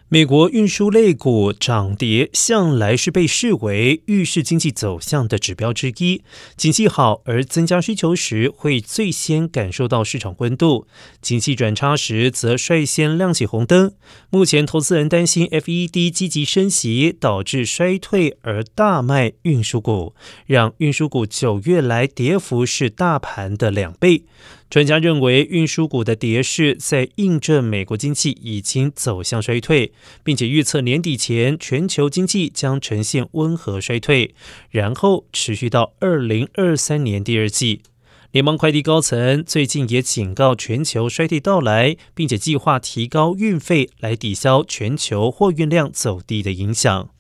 美国运输类股涨跌向来是被视为预示经济走向的指标之一。经济好而增加需求时，会最先感受到市场温度；经济转差时，则率先亮起红灯。目前，投资人担心 FED 积极升息导致衰退而大卖运输股，让运输股9月来跌幅是大盘的2倍。专家认为，运输股的跌势在印证美国经济已经走向衰退，并且预测年底前全球经济将呈现温和衰退，然后持续到2023年第2季。联邦快递高层最近也警告全球衰退到来，并且计划提高运费来抵消全球货运量走低的影响。